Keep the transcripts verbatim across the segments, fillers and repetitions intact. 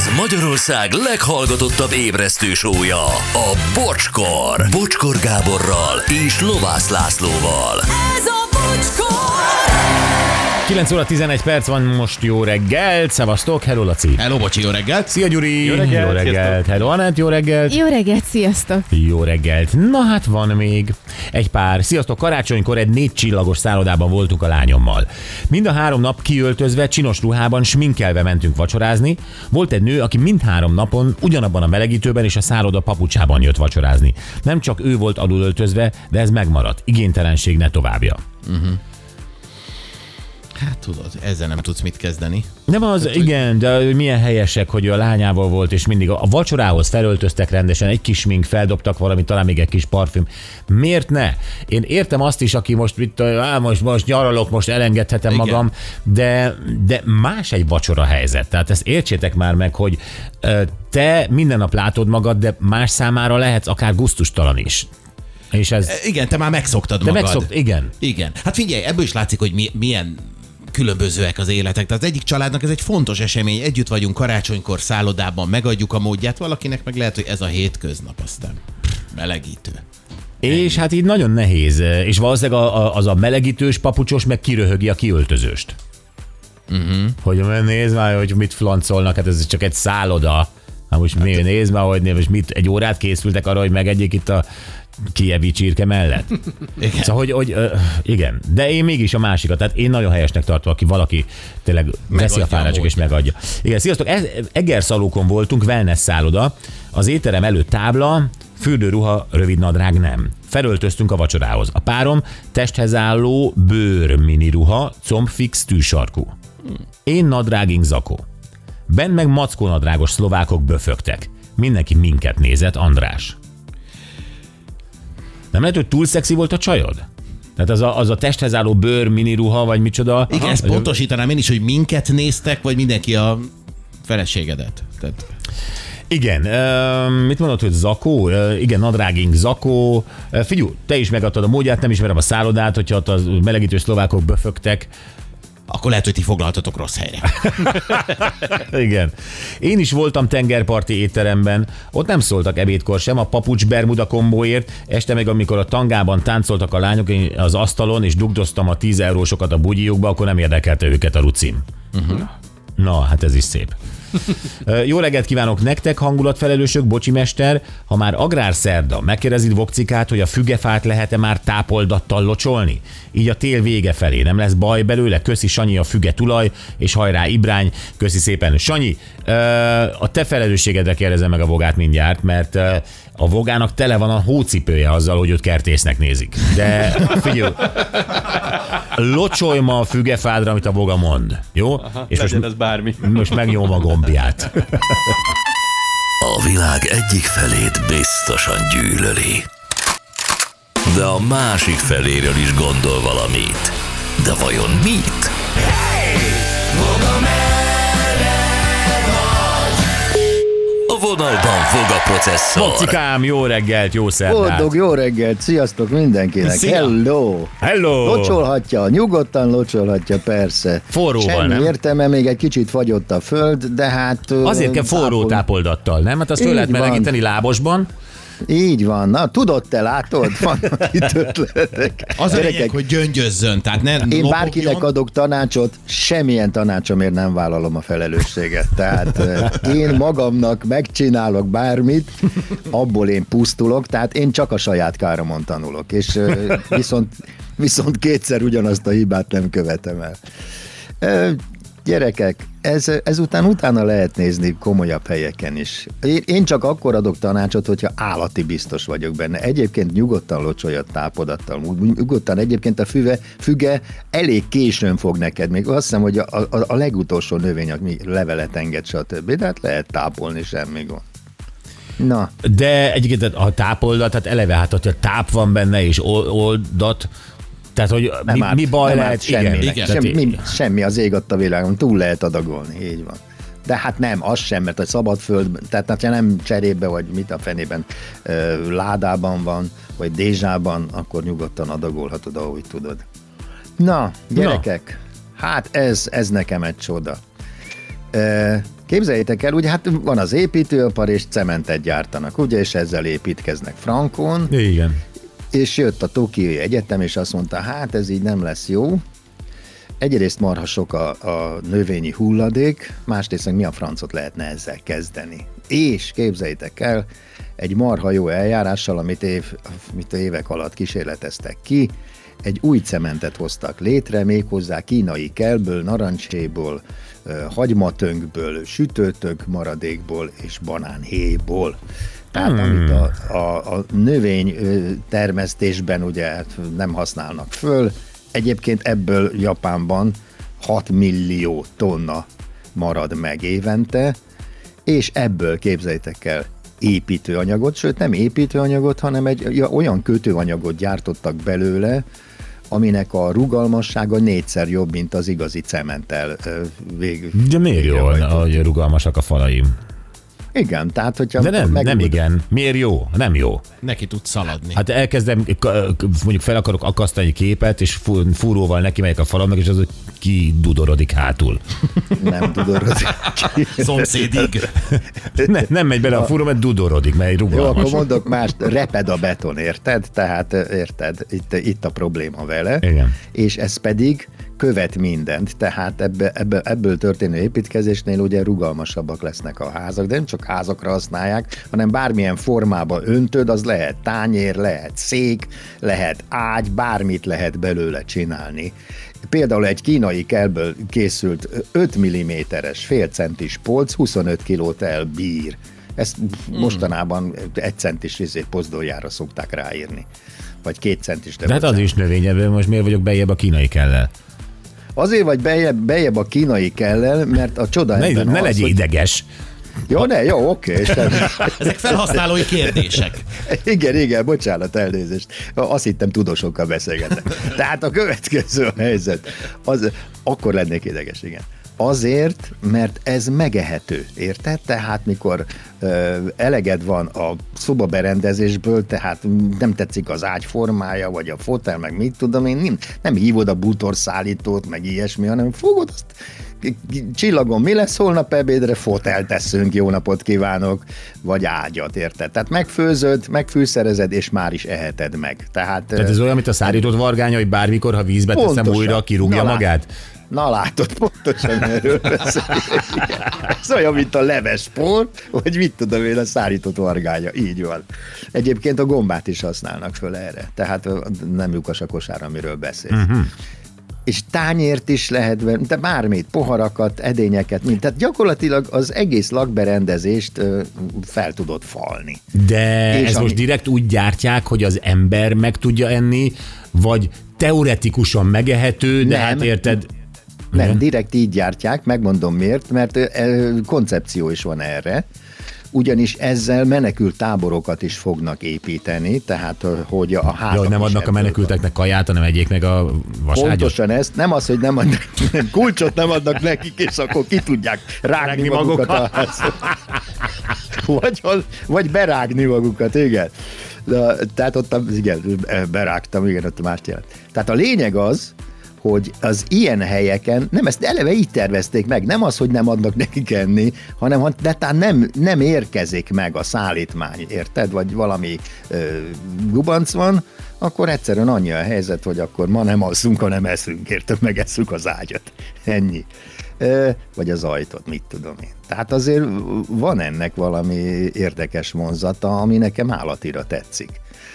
Ez Magyarország leghallgatottabb ébresztő show-ja, a Bocskor. Bocskor Gáborral és Lovász Lászlóval. Ez a Bocskor! kilenc óra tizenegy perc van most, jó reggelt, szevasztok, hello Laci. Hello, bocsi, jó reggelt. Szia Gyuri. Jó reggelt, jó reggelt. Hello Anett, jó reggelt. Jó reggelt, sziasztok! Jó reggelt. Na hát van még egy pár. Sziasztok, karácsonykor egy négy csillagos szállodában voltunk a lányommal. Mind a három nap kiöltözve, csinos ruhában, sminkelve mentünk vacsorázni. Volt egy nő, aki mindhárom napon ugyanabban a melegítőben és a szálloda papucsában jött vacsorázni. Nem csak ő volt alulöltözve, de ez megmaradt. Igénytelenség ne továbbja. Uh-huh. Hát tudod, ezzel nem tudsz mit kezdeni. Nem az, hát, igen, de milyen helyesek, hogy a lányával volt, és mindig a vacsorához felöltöztek rendesen, egy kis smink, feldobtak valamit, talán még egy kis parfüm. Miért ne? Én értem azt is, aki most, mit, á, most, most nyaralok, most elengedhetem igen. magam, de, de más egy vacsora helyzet. Tehát ezt értsétek már meg, hogy te minden nap látod magad, de más számára lehetsz akár gusztustalan is. És ez... Igen, te már megszoktad te magad. Megszokt, igen. Igen. Hát figyelj, ebből is látszik, hogy mi, milyen különbözőek az életek. Tehát az egyik családnak ez egy fontos esemény, együtt vagyunk karácsonykor szállodában, megadjuk a módját, valakinek meg lehet, hogy ez a hétköznap, aztán melegítő. És Ennyi. Hát így nagyon nehéz. És valószínűleg az a melegítős papucsos meg kiröhögi a kiöltözőst. Uh-huh. Hogy nézd már, hogy mit flancolnak, hát ez csak egy szálloda. Hát most hát mi, nézd már, hogy most mit, egy órát készültek arra, hogy megegyék itt a kijevi csirke mellett. Igen. Szóval, hogy, hogy uh, igen, de én mégis a másikat, tehát én nagyon helyesnek tartom, aki valaki tényleg veszi a fáradtság és megadja. Igen, sziasztok, Egerszalókon voltunk, wellness szálloda, az étterem előtt tábla, fürdőruha, rövidnadrág nem. Felöltöztünk a vacsorához. A párom testhez álló bőr miniruha, combfix tűsarkú. Én nadrágink zakó. Benn meg mackónadrágos szlovákok böfögtek. Mindenki minket nézett, András. Nem lehet, hogy túl szexi volt a csajod? Tehát az a, az a testhez álló bőr, miniruha, vagy micsoda? Igen, ezt pontosítanám én is, hogy minket néztek, vagy mindenki a feleségedet. Tehát... Igen, uh, mit mondod, hogy zakó? Uh, igen, nadrágink zakó. Uh, figyelj, te is megadtad a módját, nem ismerem a szállodát, hogyha ott a melegítő szlovákok böfögtek. Akkor lehet, hogy ti foglaltatok rossz helyre. Igen. Én is voltam tengerparti étteremben, ott nem szóltak ebédkor sem, a papucs bermuda kombóért, este meg amikor a tangában táncoltak a lányok az asztalon, és dugdoztam a tíz eurósokat a bugyijukba, akkor nem érdekelte őket a rucim. Uh-huh. Na, hát ez is szép. Jó reggelt kívánok nektek, hangulatfelelősök, bocsi mester. Ha már agrárszerda, megkérdezid Vokcikát, hogy a fügefát lehet-e már tápoldattal locsolni? Így a tél vége felé nem lesz baj belőle. Köszi Sanyi a füge tulaj, és hajrá Ibrány. Köszi szépen. Sanyi, a te felelősségedre kérdezem meg a Vogát mindjárt, mert a Vogának tele van a hócipője azzal, hogy őt kertésznek nézik. De figyelj, locsolj ma a fügefádra, amit a Voga mond. Jó? Aha, és most, ez bármi. most megnyom a gombját. A világ egyik felét biztosan gyűlöli, de a másik feléről is gondol valamit. De vajon mit? A vonalban fog a processzor. Vokcikám, jó reggelt, jó szerdát. Boldog jó reggelt, sziasztok mindenkinek. Szia. Hello. Hello. Locsolhatja, nyugodtan locsolhatja, persze. Forróval, semmi nem? értelme, még egy kicsit fagyott a föld, de hát... Azért kell forró tápol... tápoldattal, nem? Hát azt föl Így lehet van. melegíteni lábosban. Így van. Na, tudod, te látod? Vannak itt ötletek. Az a lényeg, hogy gyöngyözzön, tehát ne Én lobogjon. bárkinek adok tanácsot, semmilyen tanácsomért nem vállalom a felelősséget. Tehát én magamnak megcsinálok bármit, abból én pusztulok, tehát én csak a saját káromon tanulok, és viszont, viszont kétszer ugyanazt a hibát nem követem el. Gyerekek, ez, ezután utána lehet nézni komolyabb helyeken is. Én, én csak akkor adok tanácsot, hogyha állati biztos vagyok benne. Egyébként nyugodtan locsolj a tápodattal. Nyugodtan egyébként a füve, füge elég későn fog neked. Még azt hiszem, hogy a, a, a legutolsó növény, ami levelet enged, stb. De hát lehet tápolni, semmi gond. Na. De egyébként a tápoldat, tehát eleve hát, hogyha táp van benne és oldat, tehát, hogy mi, árt, mi baj lehet? Semmi, Igen, igen. semmi, semmi az ég adta világon, túl lehet adagolni, így van. De hát nem, az sem, mert a szabadföld, tehát ha nem cserébe, vagy mit a fenében ö, ládában van, vagy dézsában, akkor nyugodtan adagolhatod, ahogy tudod. Na, gyerekek, Na. hát ez, ez nekem egy csoda. Képzeljétek el, ugye hát van az építőipar, és cementet gyártanak, ugye, és ezzel építkeznek frankon. Igen. És jött a Tokiói Egyetem, és azt mondta, hát ez így nem lesz jó. Egyrészt marha sok a, a növényi hulladék, másrészt mi a francot lehetne ezzel kezdeni. És képzeljétek el, egy marha jó eljárással, amit, év, amit évek alatt kísérleteztek ki, egy új cementet hoztak létre, méghozzá kínai kelből, narancséból, hagymatönkből, sütőtök maradékból és banánhéjból. Tehát hmm. amit a, a, a növény termesztésben ugye nem használnak föl, egyébként ebből Japánban hat millió tonna marad meg évente, és ebből képzeljétek el építőanyagot, sőt nem építőanyagot, hanem egy olyan kötőanyagot gyártottak belőle, aminek a rugalmassága négyszer jobb, mint az igazi cementtel végül. De miért jó, hogy rugalmasak a falaim? Igen, tehát hogyha... De nem, nem igen. Miért jó? Nem jó. Neki tud szaladni. Hát elkezdem, mondjuk fel akarok akasztani képet, és fúróval neki megyek a falamnak, és az, hogy kidudorodik hátul. Nem dudorodik. Szomszédig. Ne, nem megy bele a fúró, mert dudorodik, mert rugalmas. Jó, akkor mondok mást, reped a beton, érted? Tehát érted, itt, itt a probléma vele. Igen. És ez pedig követ mindent, tehát ebbe, ebbe, ebből történő építkezésnél ugye rugalmasabbak lesznek a házak, de nem csak házakra használják, hanem bármilyen formába öntöd, az lehet tányér, lehet szék, lehet ágy, bármit lehet belőle csinálni. Például egy kínai kelből készült öt milliméteres félcentis polc huszonöt kilót elbír. Ezt mm. mostanában egy centis pozdoljára szokták ráírni. Vagy két centis. De hát az is növény, most miért vagyok bejebb a kínai kellel? Azért vagy bejebb, bejebb a kínai kellel, mert a csoda ne, ebben ne az, legyél hogy... ideges. Jó, ne, jó, oké. Ezek felhasználói kérdések. Igen, igen, bocsánat, elnézést. Azt hittem, tudósokkal beszélgetek. Tehát a következő a helyzet. Az, akkor lennék ideges, igen. Azért, mert ez megehető, érted? Tehát mikor ö, eleged van a szobaberendezésből, tehát nem tetszik az ágy formája, vagy a fotel, meg mit tudom én, nem, nem hívod a bútorszállítót, meg ilyesmi, hanem fogod azt, csillagon mi lesz holnap ebédre, fotel teszünk, jó napot kívánok, vagy ágyat, érted? Tehát megfőzöd, megfűszerezed, és már is eheted meg. Tehát, Tehát ez olyan, mint a szárított vargánya, hogy bármikor, ha vízbe teszem, pontosan, újra kirúgja na, magát? Na látod, pontosan erről beszélünk. Ez olyan, mint a levespor, vagy mit tudom én, a szárított vargánya. Így van. Egyébként a gombát is használnak föl erre. Tehát nem lyukas a kosár, amiről beszélsz. Uh-huh. És tányért is lehet, de bármit, poharakat, edényeket, mind. Tehát gyakorlatilag az egész lakberendezést ö, fel tudod falni. De és ez ami... most direkt úgy gyártják, hogy az ember meg tudja enni, vagy teoretikusan megehető, de nem. Hát érted... Nem, nem, direkt így gyártják, megmondom miért, mert ö, koncepció is van erre. Ugyanis ezzel menekült táborokat is fognak építeni, tehát hogy a hátak... Ja, hogy nem adnak a menekülteknek kaját, hanem egyék meg a vaságyat. Pontosan ezt, nem az, hogy nem adnak, kulcsot nem adnak nekik, és akkor ki tudják rágni, rágni magukat, magukat a házat. Vagy, vagy berágni magukat, igen. De, tehát ott, igen, berágtam, igen, ott mást jelent. Tehát a lényeg az, hogy az ilyen helyeken, nem ezt eleve így tervezték meg, nem az, hogy nem adnak nekik enni, hanem de tehát nem, nem érkezik meg a szállítmány, érted? Vagy valami ö, gubanc van, akkor egyszerűen annyi a helyzet, hogy akkor ma nem alszunk, hanem eszünk, érted? Megesszük az ágyat. Ennyi. Ö, vagy az ajtót, mit tudom én. Tehát azért van ennek valami érdekes vonzata, ami nekem állatira tetszik.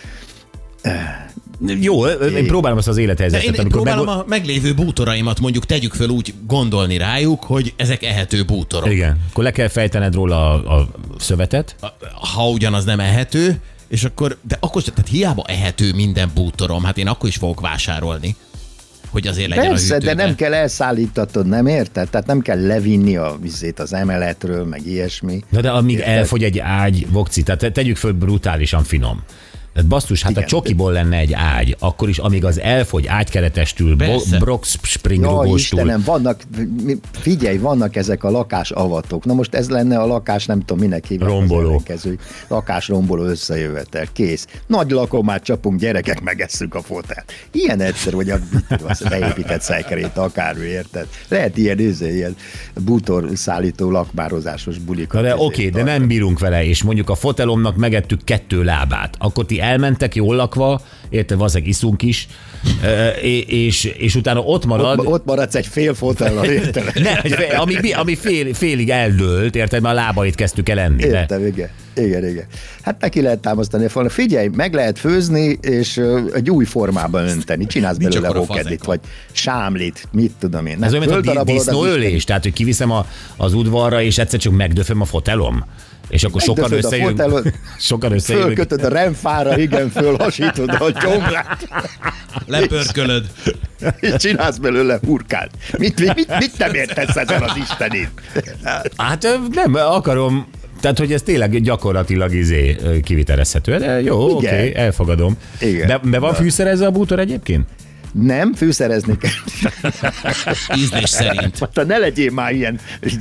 Jó, én próbálom azt az élethelyzetet. Én, én próbálom meg... a meglévő bútoraimat mondjuk tegyük föl úgy gondolni rájuk, hogy ezek ehető bútorok. Igen, akkor le kell fejtened róla a, a szövetet. Ha ugyanaz nem ehető, és akkor, de akkor tehát hiába ehető minden bútorom, hát én akkor is fogok vásárolni, hogy azért legyen persze, a hűtőben. De nem kell elszállítatod, nem érted? Tehát nem kell levinni a vizét az emeletről, meg ilyesmi. Na de amíg érted? Elfogy egy ágy, vokci, tehát tegyük föl brutálisan finom. Tehát basszus, hát igen. A csokiból lenne egy ágy, akkor is, amíg az elfogy ágykeretestül, bo- Brox spring rugóstól. Istenem, vannak, figyelj, vannak ezek a lakásavatok. Na most ez lenne a lakás, nem tudom, minek hívják. Romboló. Lakásromboló összejövetel. Kész. Nagy lakomát csapunk, gyerekek, megesszük a fotelt. Ilyen egyszer, hogy a beépített szejkerét akármi, érted? Lehet ilyen, izé, ilyen bútorszállító lakmározásos bulikat. De oké, okay, de nem bírunk vele, és mondjuk a fotelomnak megettük kettő lábát. Akkor ti elmentek jól lakva, érted, valószínűleg iszunk is, és, és utána ott marad... Ott, ott maradsz egy fél fotellal, érted? Ne, ami, ami fél, félig eldőlt, érted, mert a lábait kezdtük el enni. Értem, igen. Igen, igen. Hát neki lehet támasztani. Figyelj, meg lehet főzni, és egy új formában önteni. Csinálsz belőle hokedit, vagy sámlit, mit tudom én. Ez olyan, mint a disznóölés, tehát, hogy kiviszem a, az udvarra, és egyszer csak megdöföm a fotelom. És akkor sokan összejönk. Sokan összejönk. Fölkötöd a remfára, igen, fölhasítod a gyomrát. Lepörkölöd. És csinálsz belőle hurkát. Mit, mit, mit, mit nem értesz ezen az istenét? Hát nem, akarom... Tehát, hogy ez tényleg gyakorlatilag izé kivitelezhető. De jó, oké, okay, elfogadom. Igen. De, de van fűszerezve a bútor egyébként? Nem, fűszerezni kell. Ízlés szerint. Hát, ne legyél már ilyen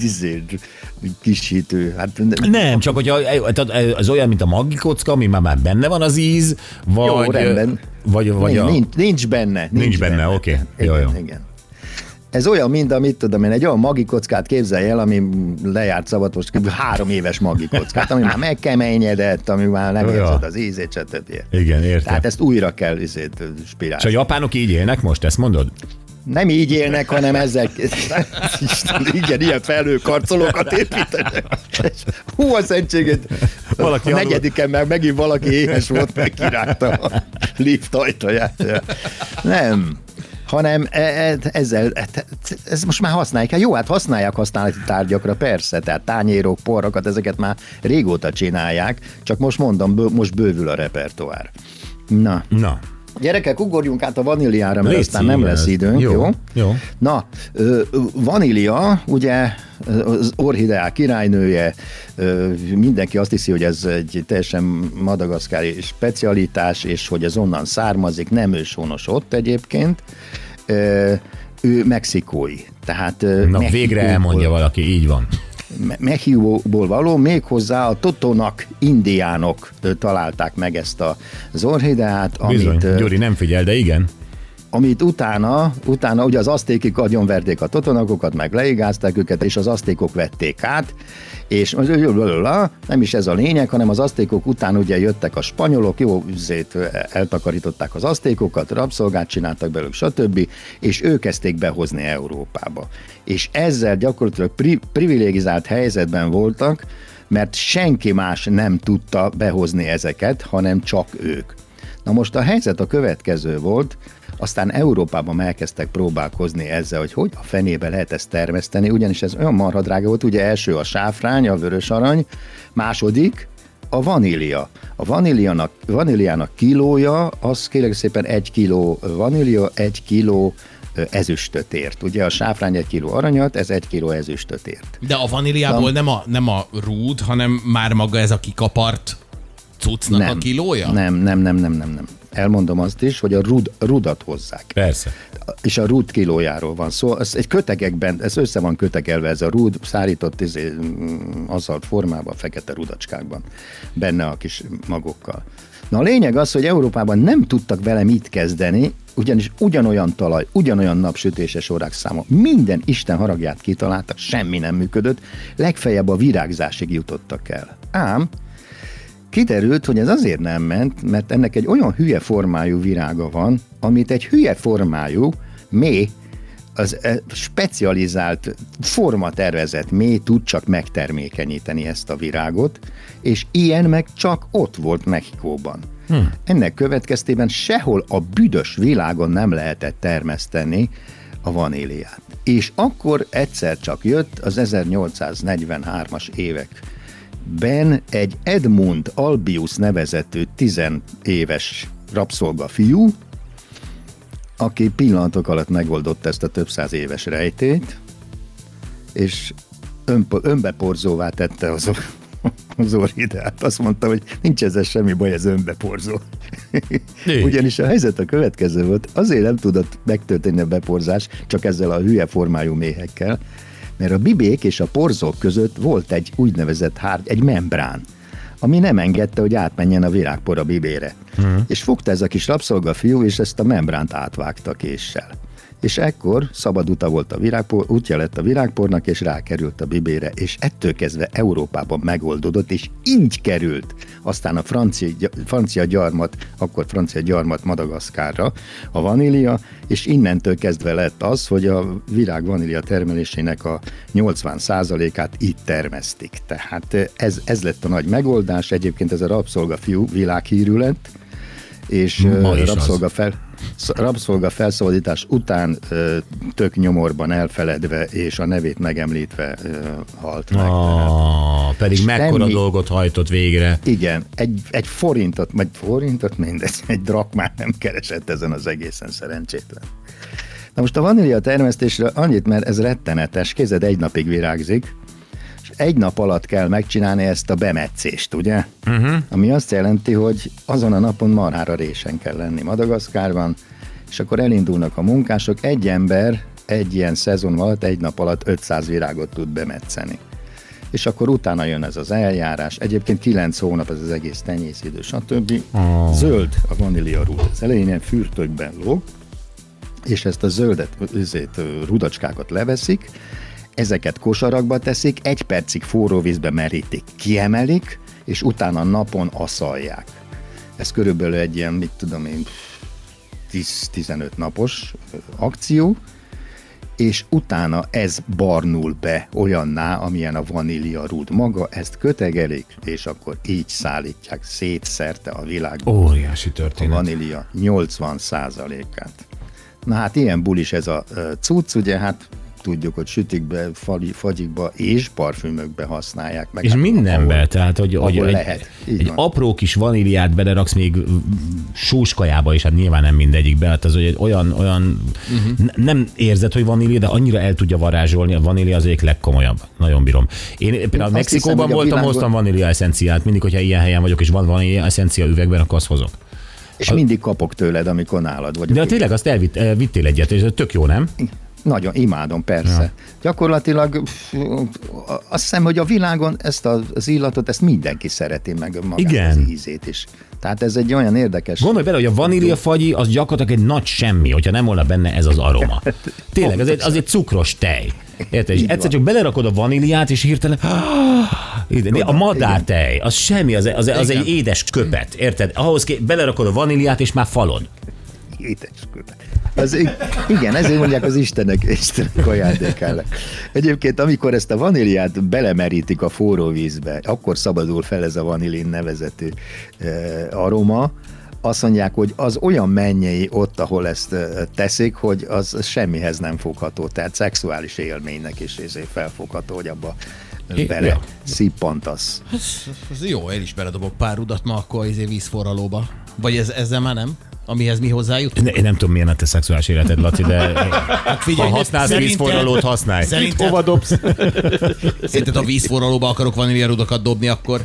kisítő. Hát, nem, csak hogy az olyan, mint a magikocka, ami már benne van az íz, vagy... Jó, rendben. Vagy, vagy nincs, a... nincs, nincs benne. Nincs, nincs benne, benne. Oké. Okay. Jó, jó. Igen. Ez olyan, mint amit tudom én, egy olyan magikockát képzelj el, ami lejárt szabad most kb. három éves magikockát, ami már megkeményedett, ami már nem érzed az ízét, stb. Igen, értem. Tehát ezt újra kell izét spirálni. És a japánok így élnek most, ezt mondod? Nem így élnek, hanem ezzel... Igen, ilyen felhőkarcolókat építenek. Hú, a szentséget! Valaki a negyediken meg megint valaki éhes volt, meg kirágta a lift ajtaját. Nem. hanem ezzel, ez most már használják. Hát jó, hát használják használati tárgyakra, persze, tehát tányérok, porrakat, ezeket már régóta csinálják, csak most mondom, most bővül a repertoár. Na. Na. Gyerekek, ugorjunk át a vaníliára, mert Léci, aztán nem lesz időnk, jó? Jó. jó. Na, vanília, ugye az orchideák királynője, mindenki azt hiszi, hogy ez egy teljesen madagaszkári specialitás, és hogy ez onnan származik, nem őshonos ott egyébként. Ő mexikói. Tehát Na, Mexikóból, végre elmondja valaki, így van. Mexikóból való, méghozzá a Totonak indiánok találták meg ezt az orchideát. Bizony, amit, Gyuri nem figyel, de igen. Amit utána, utána ugye az aztékik agyonverték a totonakokat, meg leigázták őket, és az aztékok vették át, és nem is ez a lényeg, hanem az aztékok után ugye jöttek a spanyolok, jó, zét eltakarították az aztékokat, rabszolgát csináltak belőlük, stb., és ők kezdték behozni Európába. És ezzel gyakorlatilag pri- privilegizált helyzetben voltak, mert senki más nem tudta behozni ezeket, hanem csak ők. Na most a helyzet a következő volt, aztán Európában elkezdtek próbálkozni ezzel, hogy hogy a fenébe lehet ezt termeszteni, ugyanis ez olyan marha drága volt, ugye első a sáfrány, a vörös arany, második a vanília. A vaníliának, vaníliának kilója, az kérlek szépen egy kiló vanília, egy kiló ezüstöt ért. Ugye a sáfrány egy kiló aranyat, ez egy kiló ezüstöt ért. De a vaníliából nem a, nem a rúd, hanem már maga ez a kikapart cuccnak nem, a kilója? Nem, nem, nem, nem, nem, nem. Elmondom azt is, hogy a rud, rudat hozzák. Persze. És a rud kilójáról van szó. Ez egy kötegekben, ez össze van kötegelve, ez a rud, szárított izé, aszalt formában, fekete rudacskákban, benne a kis magokkal. Na a lényeg az, hogy Európában nem tudtak vele mit kezdeni, ugyanis ugyanolyan talaj, ugyanolyan napsütéses órák száma, minden Isten haragját kitaláltak, semmi nem működött, legfeljebb a virágzásig jutottak el. Ám kiderült, hogy ez azért nem ment, mert ennek egy olyan hülye formájú virága van, amit egy hülye formájú méh, az specializált formatervezett méh tud csak megtermékenyíteni ezt a virágot, és ilyen meg csak ott volt Mexikóban. Hm. Ennek következtében sehol a büdös világon nem lehetett termeszteni a vaníliát. És akkor egyszer csak jött az ezernyolcszáznegyvenhármas évek ben egy Edmund Albius nevezetű tizenéves rabszolga fiú, aki pillanatok alatt megoldotta ezt a több száz éves rejtét, és önpo- önbeporzóvá tette az, az orchideát. Azt mondta, hogy nincs ezzel semmi baj, ez önbeporzó. Ugyanis a helyzet a következő volt, azért nem tudott megtörténni a beporzás, csak ezzel a hülye formájú méhekkel, mert a bibék és a porzók között volt egy úgynevezett hárgy, egy membrán, ami nem engedte, hogy átmenjen a virágpor a bibére. Uh-huh. És fogta ez a kis rabszolgafiú, és ezt a membránt átvágta késsel. És ekkor szabad uta volt a virágpor, útja lett a virágpornak, és rákerült a bibére, és ettől kezdve Európában megoldódott, és így került aztán a francia, francia gyarmat, akkor francia gyarmat Madagaszkárra, a vanília, és innentől kezdve lett az, hogy a virág vanília termelésének a nyolcvan százalékát itt termesztik. Tehát ez, ez lett a nagy megoldás, egyébként ez a rabszolgafiú világhírű lett, és rabszolga, fel, rabszolga felszabadítás után tök nyomorban elfeledve, és a nevét megemlítve halt meg. Ah, pedig semmi, mekkora dolgot hajtott végre. Igen, egy, egy forintot, vagy forintot, mindegy, egy drakmát nem keresett ezen az egészen szerencsétlen. Na most a vanília termesztésre annyit, mert ez rettenetes, kézed egy napig virágzik, egy nap alatt kell megcsinálni ezt a bemetszést, ugye? Uh-huh. Ami azt jelenti, hogy azon a napon marhára résen kell lenni Madagaszkárban, és akkor elindulnak a munkások, egy ember egy ilyen szezon alatt, egy nap alatt ötszáz virágot tud bemetszeni. És akkor utána jön ez az eljárás. Egyébként kilenc hónap ez az egész tenyészidő, stb. Oh. Zöld a vanília rúd. Az elején ilyen fürtökben lóg, és ezt a zöldet, ezért, rudacskákat leveszik, ezeket kosarakba teszik, egy percig forró vízbe merítik, kiemelik, és utána napon aszalják. Ez körülbelül egy ilyen, mit tudom én, tíz-tizenöt napos akció, és utána ez barnul be olyanná, amilyen a vanília rúd maga, ezt kötegelik, és akkor így szállítják szétszerte a világban. Óriási történet. A vanília nyolcvan százalékát. Na hát ilyen bulis ez a cucc, ugye hát tudjuk, hogy sütikbe, fagyikba és parfümökbe használják. Meg és hát, mindenbe, ahol, tehát, hogy, hogy egy, lehet. egy apró kis vaníliát beleraksz még sóskajába is, hát nyilván nem mindegyikbe, hát az hogy olyan, olyan uh-huh. nem érzed, hogy vanília, de annyira el tudja varázsolni, a vanília az egyik legkomolyabb. Nagyon bírom. Én például Én Mexikóban hiszem, voltam, világon... hoztam vanília eszenciát, mindig, hogyha ilyen helyen vagyok, és van vanília eszencia üvegben, akkor azt hozok. És a... mindig kapok tőled, amikor nálad vagyok. De tényleg azt elvittél egyet, és ez tök jó, nem? Nagyon, imádom, persze. Ja. Gyakorlatilag azt hiszem, hogy a világon ezt az illatot, ezt mindenki szereti meg magát. Igen. Az ízét is. Tehát ez egy olyan érdekes... Gondolj bele, hogy a vanília fagyi az gyakorlatilag egy nagy semmi, hogyha nem volna benne ez az aroma. Tényleg, az egy, az egy cukros tej. Érted? És egyszer csak belerakod a vaníliát, és hirtelen... A madártej, az semmi, az, az, az egy édes köpet. Érted? Ahhoz ké... belerakod a vaníliát, és már falod. Édes köpet. Az, igen, ezért mondják az Istenek, Istenek ajándékának. Egyébként, amikor ezt a vaníliát belemerítik a forró vízbe, akkor szabadul fel ez a vanilin nevezetű eh, aroma. Azt mondják, hogy az olyan mennyei ott, ahol ezt eh, teszik, hogy az semmihez nem fogható. Tehát szexuális élménynek is ezért felfogható, hogy abba bele ja. szippantasz. Ez, ez jó, én is beledobok pár rudat ma akkor izé vízforralóba. Vagy ez, ezzel már nem? Amihez mi hozzájut? Én nem tudom, milyen a te szexuális életed, Laci, de hát figyelj, ha használsz vízforralót, használj. Szerinted, hova dobsz? Szerinted, ha vízforralóba akarok vaníliarudakat dobni, akkor...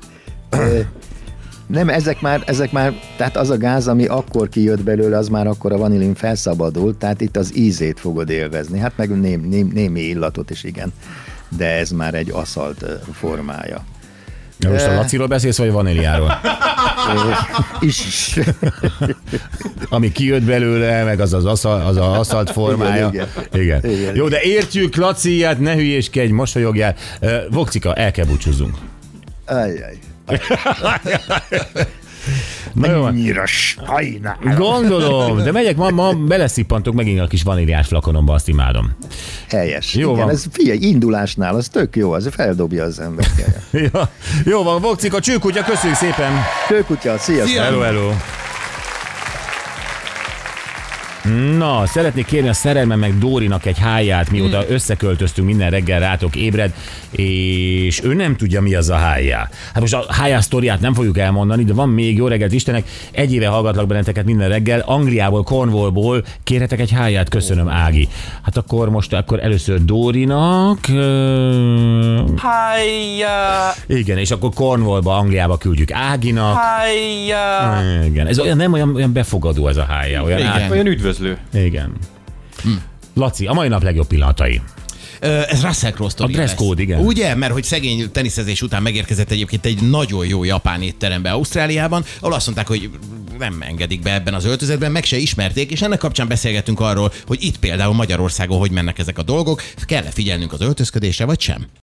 Nem, ezek már, ezek már, tehát az a gáz, ami akkor kijött belőle, az már akkor a vanilin felszabadult, tehát itt az ízét fogod élvezni. Hát meg némi, némi, némi illatot is, igen. De ez már egy aszalt formája. Ja, most a Laciról beszélsz, vagy a vaníliáról? Is. Ami kijött belőle, meg az az, aszal, az a aszalt formája. Igen, igen. Igen. Igen. Jó, de értjük, Laci, hát ne hülyéskedj, mosolyogjál. Vokcika, el kell búcsúzzunk. Ajjaj. Annyira sajnálom. Gondolom, de megyek, ma, ma beleszippantok megint a kis vaníliás flakonomba, azt imádom. Helyes. Jó igen, van. Ez figyelj, indulásnál az tök jó, az feldobja az ember. jó, jó van, Vokcika, csőkutya, köszönjük szépen. Csőkutya, sziasztok. Hello, hello. Na, szeretnék kérni a szerelmem meg Dórinak egy háját, mióta hmm. összeköltöztünk, minden reggel rátok ébred, és ő nem tudja, mi az a hájá. Hát most a hájá sztoriát nem fogjuk elmondani, de van még, jó reggelt Istenek, egy éve hallgatlak benneteket minden reggel, Angliából, Cornwallból kérhetek egy háját, köszönöm Ági. Hát akkor most akkor először Dórinak... Hájá! Igen, és akkor Cornwallba, Angliába küldjük Áginak. Hájá! Igen, ez olyan, nem olyan, olyan befogadó ez a hájá, olyan, át... Olyan üdvözlő. Igen. Hm. Laci, a mai nap legjobb pillanatai. Ez Russell Crowe sztori. A dress code, igen. Ugye, mert hogy szegény teniszezés után megérkezett egyébként egy nagyon jó japán étterembe Ausztráliában, ahol azt mondták, hogy nem engedik be ebben az öltözetben, meg se ismerték, és ennek kapcsán beszélgetünk arról, hogy itt például Magyarországon hogy mennek ezek a dolgok, kell-e figyelnünk az öltözködésre, vagy sem?